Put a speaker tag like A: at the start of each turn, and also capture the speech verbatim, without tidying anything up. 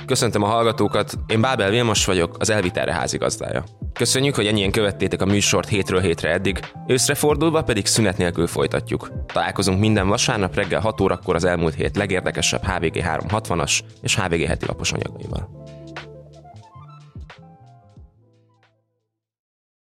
A: Köszöntöm a hallgatókat, én Bábel Vilmos vagyok, az Elvitelre házigazdája. Köszönjük, hogy ennyien követtétek a műsort hétről hétre eddig, őszre fordulva pedig szünet nélkül folytatjuk. Találkozunk minden vasárnap reggel hat órakor az elmúlt hét legérdekesebb há vé gé háromszázhatvanas és há vé gé heti lapos anyagaival.